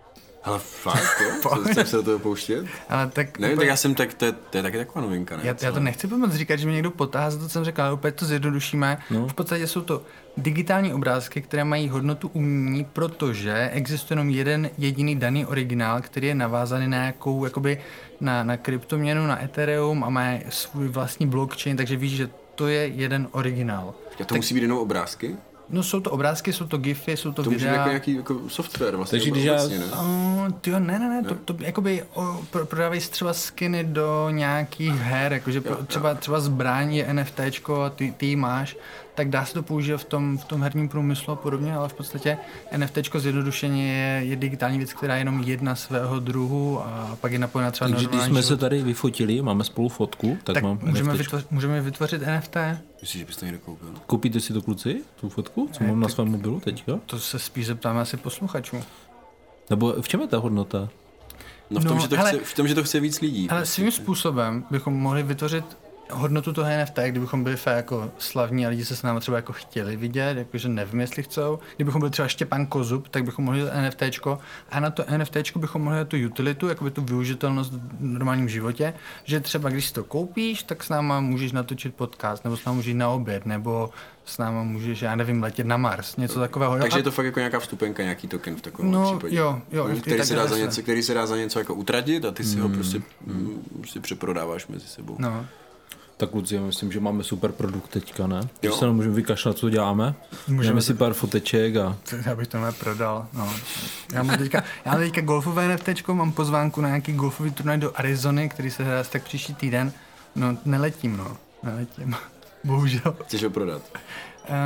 Speaker 3: Ale fakt, jo? Co jste se do toho pouštět?
Speaker 4: Ale tak...
Speaker 3: Nevím, tak já jsem tak, to, to je taky taková novinka, ne?
Speaker 4: Já, já to nechci pomoct říkat, že mi někdo potáhá za to, co jsem řekl, ale opět to zjednodušíme. No. V podstatě jsou to digitální obrázky, které mají hodnotu umění, protože existuje jenom jeden jediný daný originál, který je navázaný na nějakou, jakoby na, na kryptoměnu, na Ethereum a má svůj vlastní blockchain, takže víš, že to je jeden originál.
Speaker 3: A to
Speaker 4: tak,
Speaker 3: musí být jenom obrázky?
Speaker 4: No jsou to obrázky, jsou to gify, jsou to,
Speaker 3: to
Speaker 4: videa.
Speaker 3: To může být nějaký jako software vlastně.
Speaker 2: Takže když já...
Speaker 3: Vlastně, ne?
Speaker 4: Uh, tyjo, ne, ne, ne, to, to jakoby o, pro, prodávají třeba skiny do nějakých her, jakože jo, třeba, jo. třeba zbraň je NFTčko a ty, ty ji máš, tak dá se to použít v tom, v tom herním průmyslu a podobně, ale v podstatě NFTčko zjednodušeně je, je digitální věc, která je jenom jedna svého druhu a pak je napojená třeba
Speaker 2: takže když jsme život. se tady vyfotili, máme spolu fotku, tak,
Speaker 4: tak
Speaker 2: mám
Speaker 4: můžeme vytvořit, můžeme vytvořit N F T.
Speaker 3: Myslíš, že byste to někdo koupil?
Speaker 2: Koupíte si to, kluci, tu fotku, co ne, mám na svém mobilu teďka?
Speaker 4: To se spíš zeptáme asi posluchačů.
Speaker 2: Nebo v čem je ta hodnota?
Speaker 3: No v tom, no, že, to hele, chce, v tom že to chce víc lidí.
Speaker 4: Ale svým způsobem bychom mohli vytvořit hodnotu toho N F T, kdybychom byli fakt jako slavní a lidi se s námi třeba jako chtěli vidět, jakože nevím, jestli chcou. Kdybychom byli třeba Štěpán Kozub, tak bychom mohli NFTčko a na to NFTčko bychom mohli tu utilitu, jakoby tu využitelnost v normálním životě, že třeba když si to koupíš, tak s náma můžeš natočit podcast, nebo s náma můžeš jít na oběd, nebo s náma můžeš, já nevím, letět na Mars, něco takového.
Speaker 3: Takže je to fakt jako nějaká vstupenka, nějaký token v takovém
Speaker 4: no,
Speaker 3: případě.
Speaker 4: Jo, jo,
Speaker 3: který, se dá za něco, který se dá za něco jako utratit a ty si hmm. ho prostě hmm. si přeprodáváš mezi sebou.
Speaker 4: No.
Speaker 2: Tak kluci, já myslím, že máme super produkt teďka, ne? Že se nemůžeme vykašlat, co děláme. Můžeme si pár foteček a...
Speaker 4: Já bych to neprodal, no. Já mám teďka, já mám teďka golfové NFTčko, mám pozvánku na nějaký golfový turnaj do Arizony, který se hraje tak příští týden. No, neletím, no. Neletím. Bohužel.
Speaker 3: Chceš ho prodat?
Speaker 4: Uh,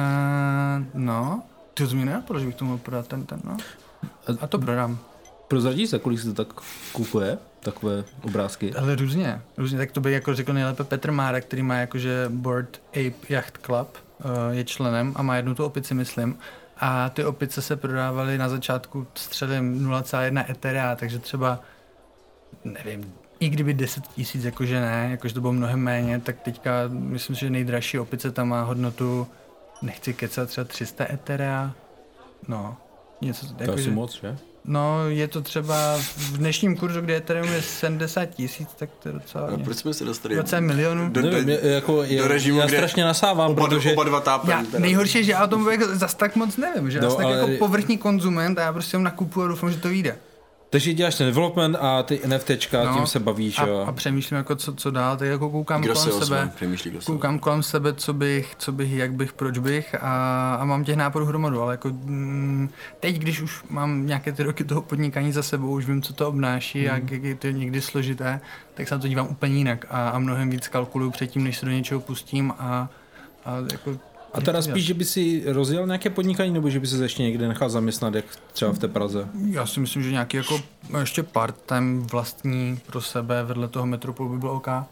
Speaker 4: no. Ty jsi mi nenapadl, že bych to mohl prodat ten, ten, no. A to prodám.
Speaker 2: Prozradíš, za kolik se to tak kupuje? Takové obrázky.
Speaker 4: Ale různě, různě, tak to by jako řekl nejlépe Petr Mára, který má jakože Bored Ape Yacht Club, uh, je členem a má jednu tu opici, myslím. A ty opice se prodávaly na začátku středem nula celá jedna Etherea, takže třeba, nevím, i kdyby deset tisíc, jakože ne, jakože to bylo mnohem méně, tak teďka myslím, že nejdražší opice tam má hodnotu, nechci kecat, třeba tři sta Etherea, no. Něco,
Speaker 2: to
Speaker 4: jako,
Speaker 2: asi
Speaker 4: že...
Speaker 2: moc, že?
Speaker 4: No, je to třeba v dnešním kurzu, kde Ethereum je sedmdesát tisíc, tak to je docela...
Speaker 3: A proč jsme se dostali?
Speaker 4: dvacet milionů.
Speaker 2: Do, Nevím, je, jako, je, do režimu, já strašně nasávám,
Speaker 3: oba,
Speaker 2: protože...
Speaker 3: Oba dva tápem.
Speaker 4: Já, nejhorší je, že já o tom jako zas tak moc nevím, že no, já jsem ale... tak jako povrchní konzument a já prostě nakupuju a doufám, že to vyjde.
Speaker 2: Takže děláš ten development a ty NFTčka, no, tím se bavíš.
Speaker 4: A,
Speaker 2: jo.
Speaker 4: a přemýšlím, jako co, co dál, tak jako koukám kdo kolem sebe, koukám kolem sebe, co bych, co bych, jak bych, proč bych a, a mám těch nápadů hromadu, ale jako mm, teď, když už mám nějaké ty roky toho podnikání za sebou, už vím, co to obnáší mm. a jak je to někdy složité, tak se na to dívám úplně jinak a, a mnohem víc kalkuluju předtím, než se do něčeho pustím a, a jako...
Speaker 2: A teda spíš, že by si rozjel nějaké podnikání, nebo že by se ještě někde nechal zaměstnat, jak třeba v té Praze?
Speaker 4: Já si myslím, že nějaký jako ještě part-time vlastní pro sebe vedle toho Metropolu by bylo OK.
Speaker 2: Mm.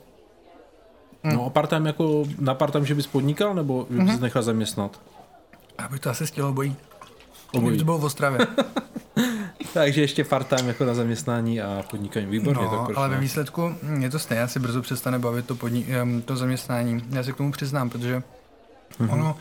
Speaker 2: No a part-time jako na part-time, že bys podnikal, nebo že bys mm-hmm. nechal zaměstnat?
Speaker 4: Já bych to asi chtěl obojí. Obojí. To bylo v Ostravě.
Speaker 2: Takže ještě part-time jako na zaměstnání a podnikání. Výborně.
Speaker 4: No,
Speaker 2: tak
Speaker 4: ale ve výsledku je to stejné, já si brzo přestane bavit to, podni- to zaměstnání. Já se k tomu přiznám, protože mm-hmm. ono,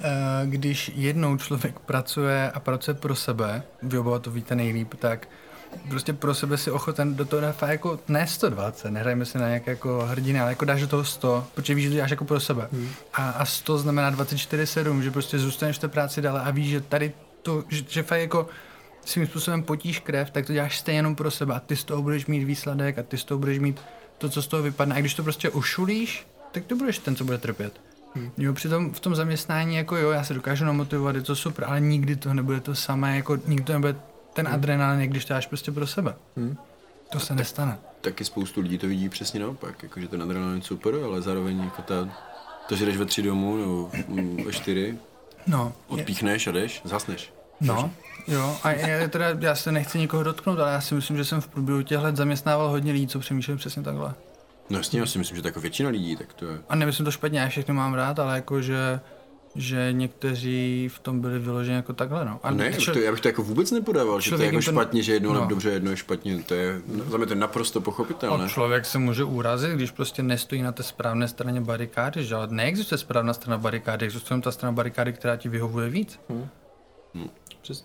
Speaker 4: když jednou člověk pracuje a pracuje pro sebe, vy oba to víte nejlíp, tak prostě pro sebe si ochoten do toho dát jako ne sto dvacet, nehrajeme si na nějaké jako hrdiny, ale jako dáš do toho sto, protože víš, že to děláš jako pro sebe. Mm. A, a sto znamená dvacet čtyři sedm, že prostě zůstaneš v té práci dále a víš, že tady to, že, že fakt jako svým způsobem potíš krev, tak to děláš stejně jenom pro sebe a ty z toho budeš mít výsledek a ty z toho budeš mít to, co z toho vypadne. A když to prostě ušulíš, tak to budeš ten, co bude trpět. Hmm. Jo, přitom v tom zaměstnání, jako jo, já se dokážu namotivovat, je to super, ale nikdy to nebude to samé, jako nikdy to nebude ten hmm. adrenalin, když to dáš prostě pro sebe. Hmm. To se nestane.
Speaker 3: Taky spoustu lidí to vidí přesně naopak, jakože ten adrenalin super, ale zároveň jako ta, to, že jdeš ve tři domů nebo ve čtyři,
Speaker 4: no,
Speaker 3: odpíchneš a jdeš, zhasneš.
Speaker 4: No, jo, a já, teda, já se nechci nikoho dotknout, ale já si myslím, že jsem v průběhu těch let zaměstnával hodně lidí, co přemýšleli přesně takhle.
Speaker 3: No jasně, já si myslím, že to jako většina lidí, tak to je...
Speaker 4: A nemyslím to špatně, já všechny mám rád, ale jako, že, že někteří v tom byli vyloženi jako takhle, no.
Speaker 3: A ne, čo... to, já bych to jako vůbec nepodával, že to je jako ten... špatně, že jedno no. dobře, jedno je špatně, to je, za mě to je naprosto pochopitelné.
Speaker 4: A člověk se může urazit, když prostě nestojí na té správné straně barikády, že ale neexistuje správná strana barikády, existuje ta strana barikády, která ti vyhovuje víc.
Speaker 2: Hmm. Hmm. Přesně.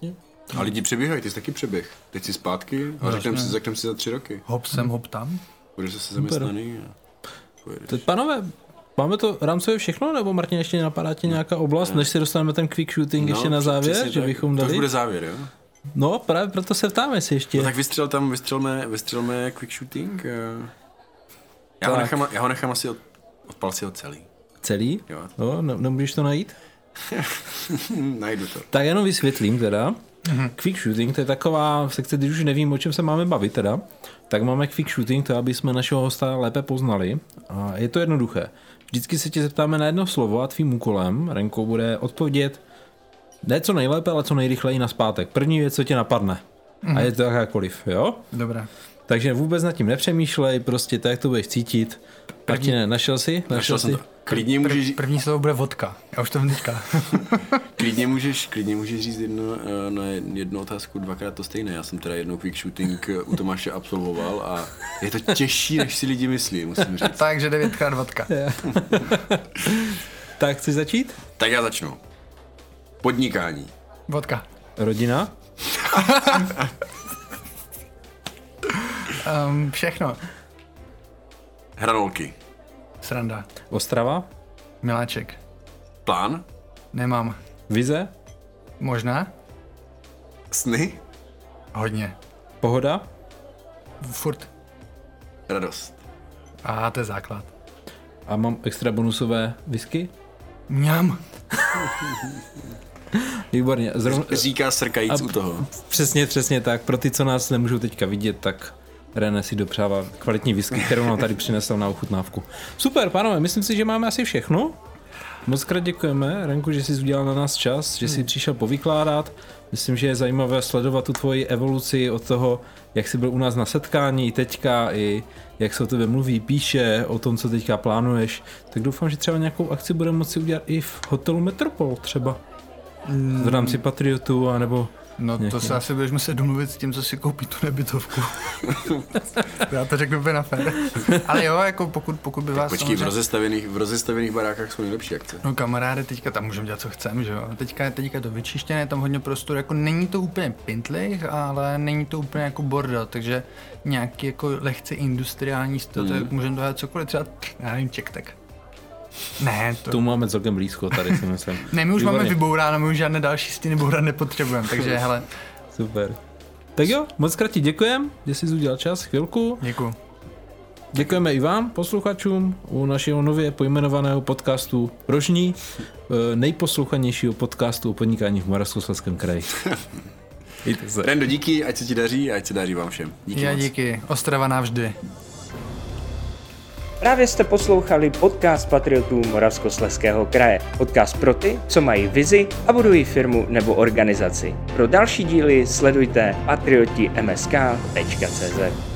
Speaker 3: A lidi přebíhají, ty jsi taky přeběh. Teď si zpátky a řekneme si, řeknem si za tři roky.
Speaker 4: Hop sem, hop tam.
Speaker 3: Budeš zase zaměstnaný a pojedeš.
Speaker 2: Teď, panové, máme to rámcově všechno, nebo Martin, ještě napadá ti nějaká oblast, ne. než si dostaneme ten quick shooting no, ještě na závěr, že
Speaker 3: tak.
Speaker 2: bychom dali?
Speaker 3: To bude závěr, jo?
Speaker 2: No, právě proto se ptáme si ještě.
Speaker 3: No tak vystřel tam, vystřelme, vystřelme quick shooting. Já ho, nechám, já ho nechám asi od, od palci od celý.
Speaker 2: Celý?
Speaker 3: Jo.
Speaker 2: No, ne, nemůžeš to najít?
Speaker 3: Najdu to.
Speaker 2: Tak jenom vysvětlím teda. Mm-hmm. Quick shooting, to je taková sekce, když už nevím, o čem se máme bavit teda, tak máme quick shooting, to aby jsme našeho hosta lépe poznali. A je to jednoduché. Vždycky se tě zeptáme na jedno slovo a tvým úkolem, Renko, bude odpovědět ne co nejlépe, ale co nejrychleji nazpátek. První věc, co tě napadne. Mm-hmm. A je to jakákoliv, jo?
Speaker 4: Dobré.
Speaker 2: Takže vůbec nad tím nepřemýšlej, prostě tak, jak to budeš cítit. Martine, našel jsi?
Speaker 3: Našel, našel jsem to. Klidně můžeš...
Speaker 4: Prv, první slovo bude vodka. Já už to vím teďka.
Speaker 3: klidně, můžeš, klidně můžeš říct jedno, na jednu otázku dvakrát to stejné. Já jsem teda jednou quick shooting u Tomáše absolvoval a je to těžší, než si lidi myslí, musím říct.
Speaker 4: Takže devětkrát vodka.
Speaker 2: Tak chceš začít?
Speaker 3: Tak já začnu. Podnikání.
Speaker 4: Vodka.
Speaker 2: Rodina.
Speaker 4: um, všechno.
Speaker 3: Hranolky.
Speaker 4: Sranda.
Speaker 2: Ostrava.
Speaker 4: Miláček.
Speaker 3: Plán.
Speaker 4: Nemám.
Speaker 2: Vize.
Speaker 4: Možná.
Speaker 3: Sny.
Speaker 4: Hodně.
Speaker 2: Pohoda.
Speaker 4: Furt.
Speaker 3: Radost.
Speaker 4: A to je základ.
Speaker 2: A mám extra bonusové whisky.
Speaker 4: Mňam.
Speaker 2: Výborně. Zrovna...
Speaker 3: Říká srkajíc u toho.
Speaker 2: Přesně, přesně tak. Pro ty, co nás nemůžou teďka vidět, tak René si dopřává kvalitní whisky, kterou nám tady přinesl na ochutnávku. Super, pánové, myslím si, že máme asi všechno. Moc krát děkujeme, Renku, že jsi udělal na nás čas, že jsi hmm. přišel povykládat. Myslím, že je zajímavé sledovat tu tvoji evoluci od toho, jak jsi byl u nás na setkání i teďka, i jak se o tebe mluví, píše, o tom, co teďka plánuješ. Tak doufám, že třeba nějakou akci budeme moci udělat i v hotelu Metropol třeba. Hmm. V rámci Patriotu, anebo...
Speaker 4: No
Speaker 2: nějaký.
Speaker 4: To se asi budeš muset domluvit s tím, co si koupí tu nebytovku. Já to řeknu úplně na fér. Ale jo, jako pokud, pokud by vás...
Speaker 3: Počkej, samozřejmě... v, rozestavěných, v rozestavěných barákách jsou nejlepší akce.
Speaker 4: No kamaráde, teďka tam můžeme dělat, co chceme, že jo. Teďka, teďka je to vyčištěné, je tam hodně prostoru, jako není to úplně pintlich, ale není to úplně jako bordel, takže nějaký jako lehce industriální styl, mm. tak můžeme dohat cokoliv, třeba, já nevím, čektek. Ne, to...
Speaker 2: Tu máme celkem blízko tady, si myslím.
Speaker 4: Ne, my už
Speaker 2: Výborně.
Speaker 4: máme vybouráno, my už žádné další stíny bourat nepotřebujeme, takže hele.
Speaker 2: Super. Tak jo, moc krát ti děkujem, že jsi udělal čas, chvilku.
Speaker 4: Děkuju.
Speaker 2: Děkujeme i vám, posluchačům, u našeho nově pojmenovaného podcastu Rožní, nejposlouchanějšího podcastu o podnikání v Moravskoslezském kraji.
Speaker 3: Rendo, díky, ať se ti daří, ať se daří vám všem. Díky
Speaker 4: Já
Speaker 3: moc.
Speaker 4: díky, Ostrava navždy.
Speaker 1: Právě jste poslouchali podcast Patriotů Moravskoslezského kraje. Podcast pro ty, co mají vizi a budují firmu nebo organizaci. Pro další díly sledujte patrioti m s k tečka c z.